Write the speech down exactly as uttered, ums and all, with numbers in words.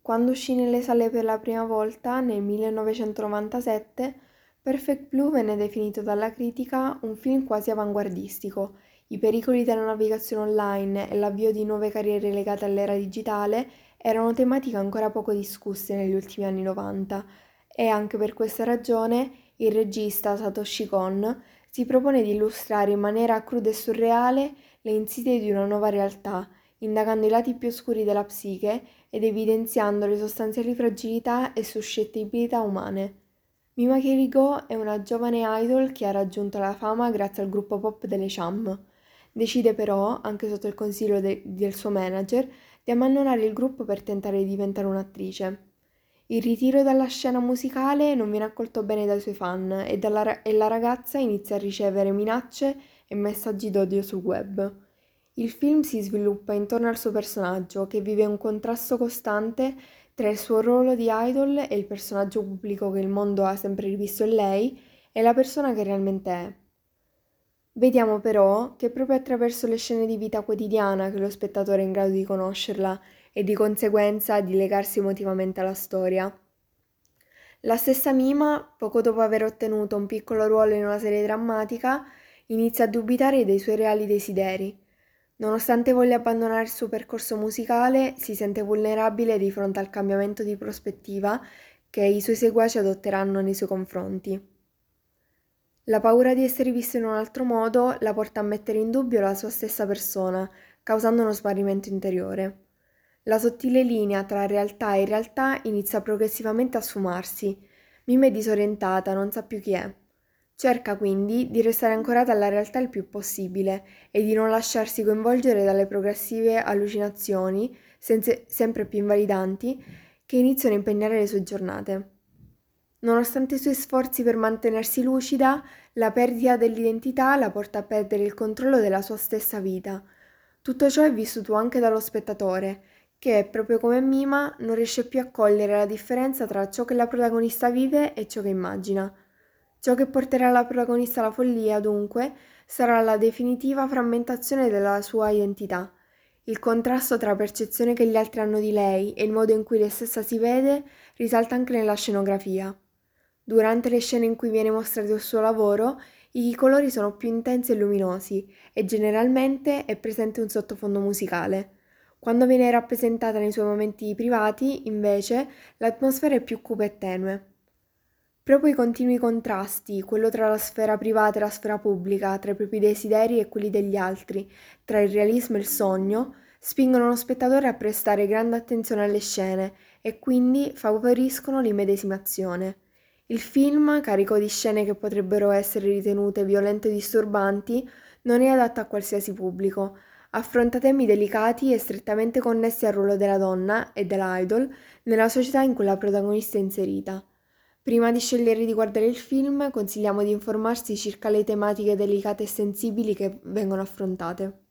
Quando uscì nelle sale per la prima volta nel millenovecentonovantasette, Perfect Blue venne definito dalla critica un film quasi avanguardistico. I pericoli della navigazione online e l'avvio di nuove carriere legate all'era digitale erano tematiche ancora poco discusse negli ultimi anni novanta e anche per questa ragione il regista Satoshi Kon si propone di illustrare in maniera cruda e surreale le insidie di una nuova realtà, indagando i lati più oscuri della psiche ed evidenziando le sostanziali fragilità e suscettibilità umane. Mima Kirigo è una giovane idol che ha raggiunto la fama grazie al gruppo pop delle Cham. Decide però, anche sotto il consiglio de- del suo manager, di abbandonare il gruppo per tentare di diventare un'attrice. Il ritiro dalla scena musicale non viene accolto bene dai suoi fan e, dalla ra- e la ragazza inizia a ricevere minacce e messaggi d'odio sul web. Il film si sviluppa intorno al suo personaggio, che vive un contrasto costante tra il suo ruolo di idol e il personaggio pubblico che il mondo ha sempre rivisto in lei e la persona che realmente è. Vediamo però che è proprio attraverso le scene di vita quotidiana che lo spettatore è in grado di conoscerla e di conseguenza di legarsi emotivamente alla storia. La stessa Mima, poco dopo aver ottenuto un piccolo ruolo in una serie drammatica, inizia a dubitare dei suoi reali desideri. Nonostante voglia abbandonare il suo percorso musicale, si sente vulnerabile di fronte al cambiamento di prospettiva che i suoi seguaci adotteranno nei suoi confronti. La paura di essere vista in un altro modo la porta a mettere in dubbio la sua stessa persona, causando uno smarrimento interiore. La sottile linea tra realtà e irrealtà inizia progressivamente a sfumarsi. Mima è disorientata, non sa più chi è. Cerca quindi di restare ancorata alla realtà il più possibile e di non lasciarsi coinvolgere dalle progressive allucinazioni, senze- sempre più invalidanti, che iniziano a impegnare le sue giornate. Nonostante i suoi sforzi per mantenersi lucida, la perdita dell'identità la porta a perdere il controllo della sua stessa vita. Tutto ciò è vissuto anche dallo spettatore, che, proprio come Mima, non riesce più a cogliere la differenza tra ciò che la protagonista vive e ciò che immagina. Ciò che porterà la protagonista alla follia, dunque, sarà la definitiva frammentazione della sua identità. Il contrasto tra la percezione che gli altri hanno di lei e il modo in cui lei stessa si vede risalta anche nella scenografia. Durante le scene in cui viene mostrato il suo lavoro, i colori sono più intensi e luminosi e generalmente è presente un sottofondo musicale. Quando viene rappresentata nei suoi momenti privati, invece, l'atmosfera è più cupa e tenue. Proprio i continui contrasti, quello tra la sfera privata e la sfera pubblica, tra i propri desideri e quelli degli altri, tra il realismo e il sogno, spingono lo spettatore a prestare grande attenzione alle scene e quindi favoriscono l'immedesimazione. Il film, carico di scene che potrebbero essere ritenute violente o disturbanti, non è adatto a qualsiasi pubblico. Affronta temi delicati e strettamente connessi al ruolo della donna e dell'idol nella società in cui la protagonista è inserita. Prima di scegliere di guardare il film, consigliamo di informarsi circa le tematiche delicate e sensibili che vengono affrontate.